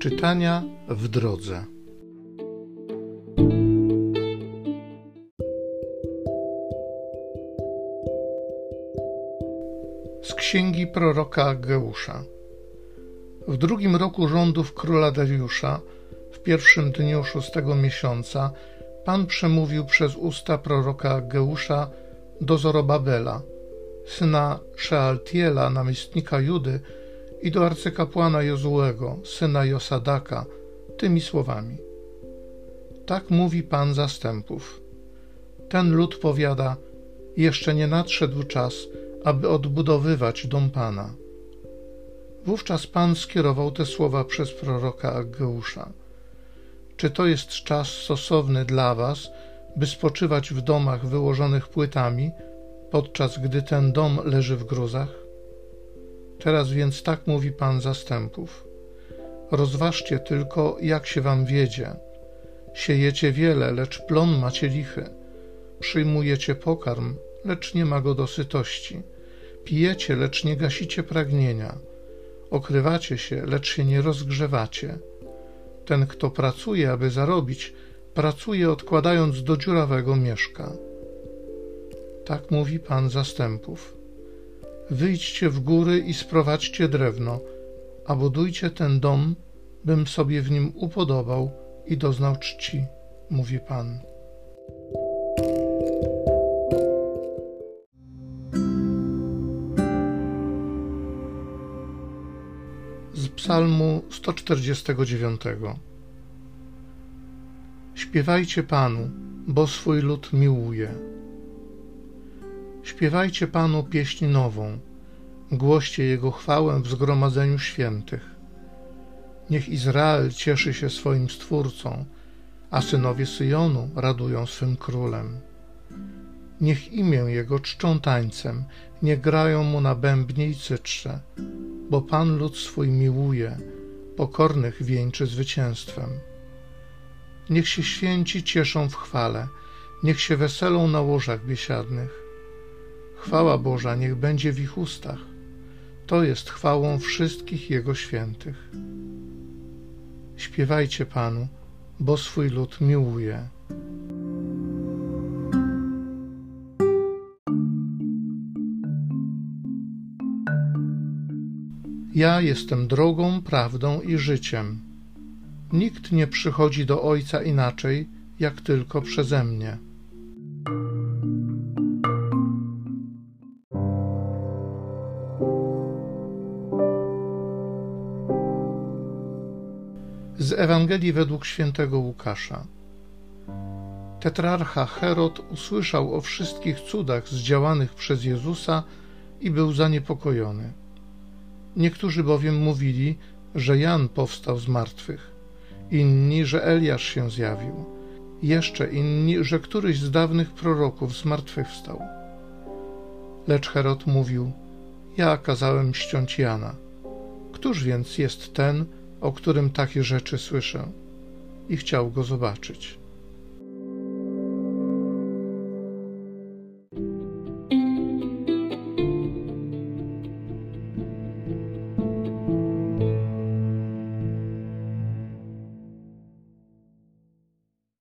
Czytania w drodze. Z księgi proroka Aggeusza. W 2. roku rządów króla Dariusza, w 1. dniu 6. miesiąca, Pan przemówił przez usta proroka Aggeusza do Zorobabela, syna Szealtiela, namiestnika Judy, i do arcykapłana Jozułego, syna Josadaka, tymi słowami: Tak mówi Pan zastępów. Ten lud powiada: jeszcze nie nadszedł czas, aby odbudowywać dom Pana. Wówczas Pan skierował te słowa przez proroka Aggeusza: Czy to jest czas stosowny dla was, by spoczywać w domach wyłożonych płytami, podczas gdy ten dom leży w gruzach? Teraz więc tak mówi Pan zastępów: rozważcie tylko, jak się wam wiedzie. Siejecie wiele, lecz plon macie lichy. Przyjmujecie pokarm, lecz nie ma go do sytości. Pijecie, lecz nie gasicie pragnienia. Okrywacie się, lecz się nie rozgrzewacie. Ten, kto pracuje, aby zarobić, pracuje, odkładając do dziurawego mieszka. Tak mówi Pan zastępów: wyjdźcie w góry i sprowadźcie drewno, a budujcie ten dom, bym sobie w nim upodobał i doznał czci, mówi Pan. Z Psalmu 149. Śpiewajcie Panu, bo swój lud miłuje. Śpiewajcie Panu pieśń nową, głoście Jego chwałę w zgromadzeniu świętych. Niech Izrael cieszy się swoim Stwórcą, a synowie Syjonu radują swym Królem. Niech imię Jego czczą tańcem, niech grają Mu na bębnie i cytrze, bo Pan lud swój miłuje, pokornych wieńczy zwycięstwem. Niech się święci cieszą w chwale, niech się weselą na łożach biesiadnych. Chwała Boża niech będzie w ich ustach. To jest chwałą wszystkich Jego świętych. Śpiewajcie Panu, bo swój lud miłuje. Ja jestem drogą, prawdą i życiem. Nikt nie przychodzi do Ojca inaczej, jak tylko przeze mnie. Z Ewangelii według świętego Łukasza. Tetrarcha Herod usłyszał o wszystkich cudach zdziałanych przez Jezusa i był zaniepokojony. Niektórzy bowiem mówili, że Jan powstał z martwych, inni, że Eliasz się zjawił, jeszcze inni, że któryś z dawnych proroków zmartwychwstał. Lecz Herod mówił: ja kazałem ściąć Jana. Któż więc jest ten, o którym takie rzeczy słyszę? I chciał go zobaczyć.